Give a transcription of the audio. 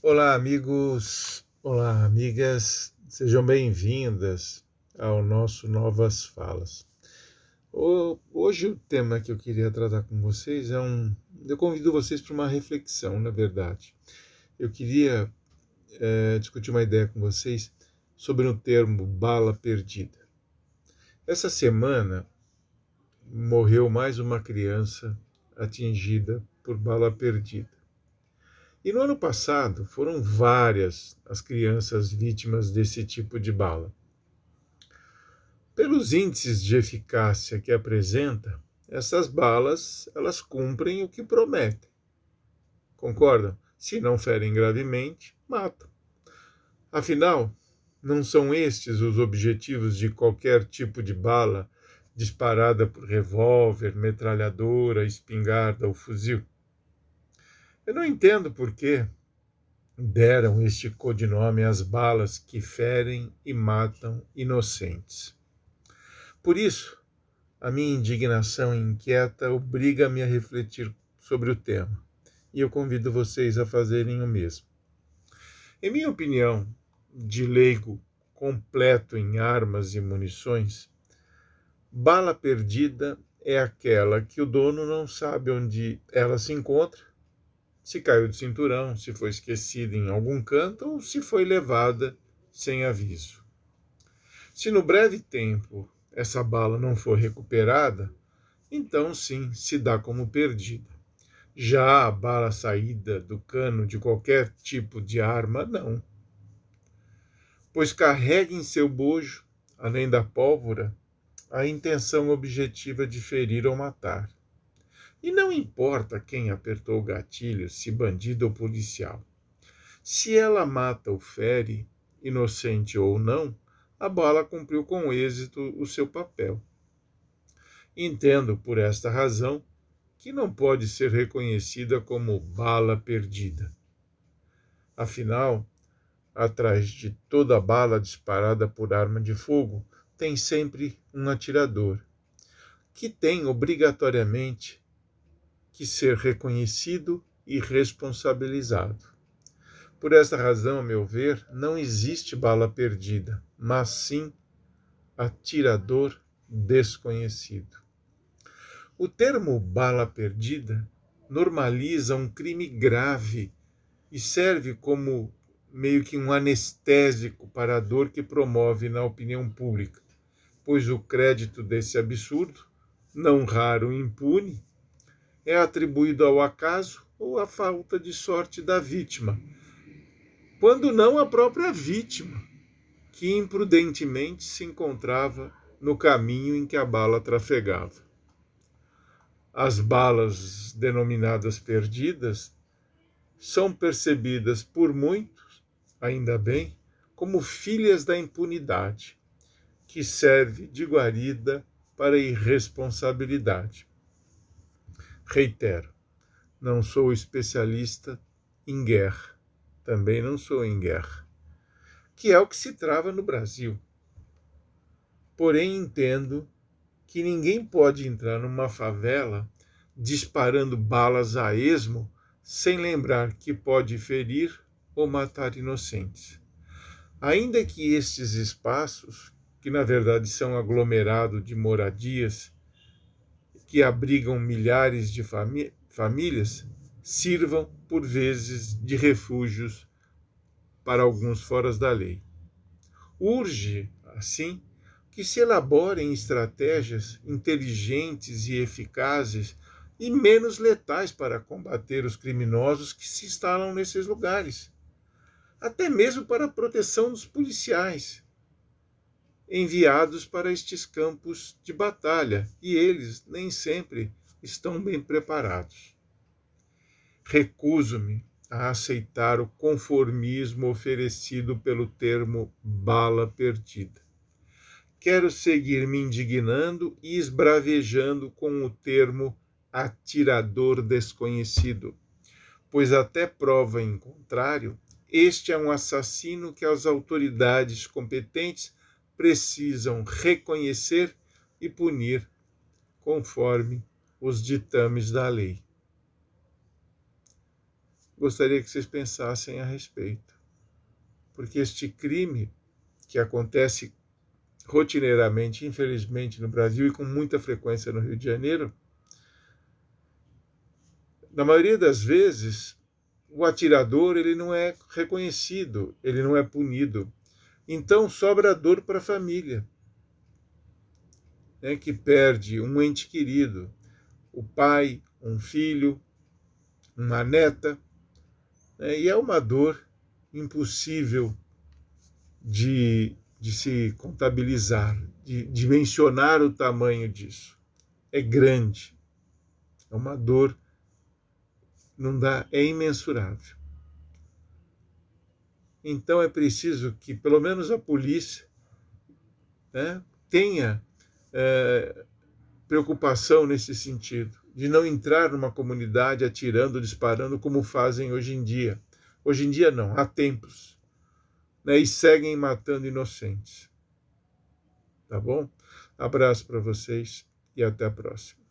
Olá, amigos. Olá, amigas. Sejam bem-vindas ao nosso Novas Falas. Hoje o tema que eu queria tratar com vocês Eu convido vocês para uma reflexão, na verdade. Eu queria discutir uma ideia com vocês sobre o termo bala perdida. Essa semana morreu mais uma criança atingida por bala perdida. E no ano passado foram várias as crianças vítimas desse tipo de bala. Pelos índices de eficácia que apresenta, essas balas elas cumprem o que prometem. Concordam? Se não ferem gravemente, matam. Afinal, não são estes os objetivos de qualquer tipo de bala disparada por revólver, metralhadora, espingarda ou fuzil? Eu não entendo por que deram este codinome às balas que ferem e matam inocentes. Por isso, a minha indignação inquieta obriga-me a refletir sobre o tema, e eu convido vocês a fazerem o mesmo. Em minha opinião, de leigo completo em armas e munições, bala perdida é aquela que o dono não sabe onde ela se encontra, se caiu do cinturão, se foi esquecida em algum canto ou se foi levada sem aviso. Se no breve tempo essa bala não for recuperada, então sim se dá como perdida. Já a bala saída do cano de qualquer tipo de arma, não. Pois carrega em seu bojo, além da pólvora, a intenção objetiva de ferir ou matar. E não importa quem apertou o gatilho, se bandido ou policial. Se ela mata ou fere, inocente ou não, a bala cumpriu com êxito o seu papel. Entendo, por esta razão, que não pode ser reconhecida como bala perdida. Afinal, atrás de toda bala disparada por arma de fogo, tem sempre um atirador, que tem obrigatoriamente que ser reconhecido e responsabilizado. Por esta razão, a meu ver, não existe bala perdida, mas sim atirador desconhecido. O termo bala perdida normaliza um crime grave e serve como meio que um anestésico para a dor que promove na opinião pública, pois o crédito desse absurdo, não raro impune, é atribuído ao acaso ou à falta de sorte da vítima, quando não a própria vítima, que imprudentemente se encontrava no caminho em que a bala trafegava. As balas denominadas perdidas são percebidas por muitos, ainda bem, como filhas da impunidade, que serve de guarida para a irresponsabilidade. Reitero, não sou especialista em guerra, também não sou em guerra, que é o que se trava no Brasil. Porém, entendo que ninguém pode entrar numa favela disparando balas a esmo sem lembrar que pode ferir ou matar inocentes. Ainda que estes espaços, que na verdade são aglomerado de moradias que abrigam milhares de famílias, sirvam por vezes de refúgios para alguns fora da lei. Urge, assim, que se elaborem estratégias inteligentes e eficazes e menos letais para combater os criminosos que se instalam nesses lugares, até mesmo para a proteção dos policiais enviados para estes campos de batalha, e eles nem sempre estão bem preparados. Recuso-me a aceitar o conformismo oferecido pelo termo bala perdida. Quero seguir me indignando e esbravejando com o termo atirador desconhecido, pois até prova em contrário, este é um assassino que as autoridades competentes precisam reconhecer e punir conforme os ditames da lei. gostaria que vocês pensassem a respeito. Porque este crime, que acontece rotineiramente, infelizmente, no Brasil e com muita frequência no Rio de Janeiro, na maioria das vezes, o atirador ele não é reconhecido, ele não é punido. Então sobra dor para a família, né, que perde um ente querido, o pai, um filho, uma neta, né, e é uma dor impossível de se contabilizar, de dimensionar o tamanho disso. É grande, é uma dor, não dá, é imensurável. Então é preciso que pelo menos a polícia, né, tenha preocupação nesse sentido, de não entrar numa comunidade atirando, disparando como fazem hoje em dia. Hoje em dia não, há tempos, né, e seguem matando inocentes. Tá bom? Abraço para vocês e até a próxima.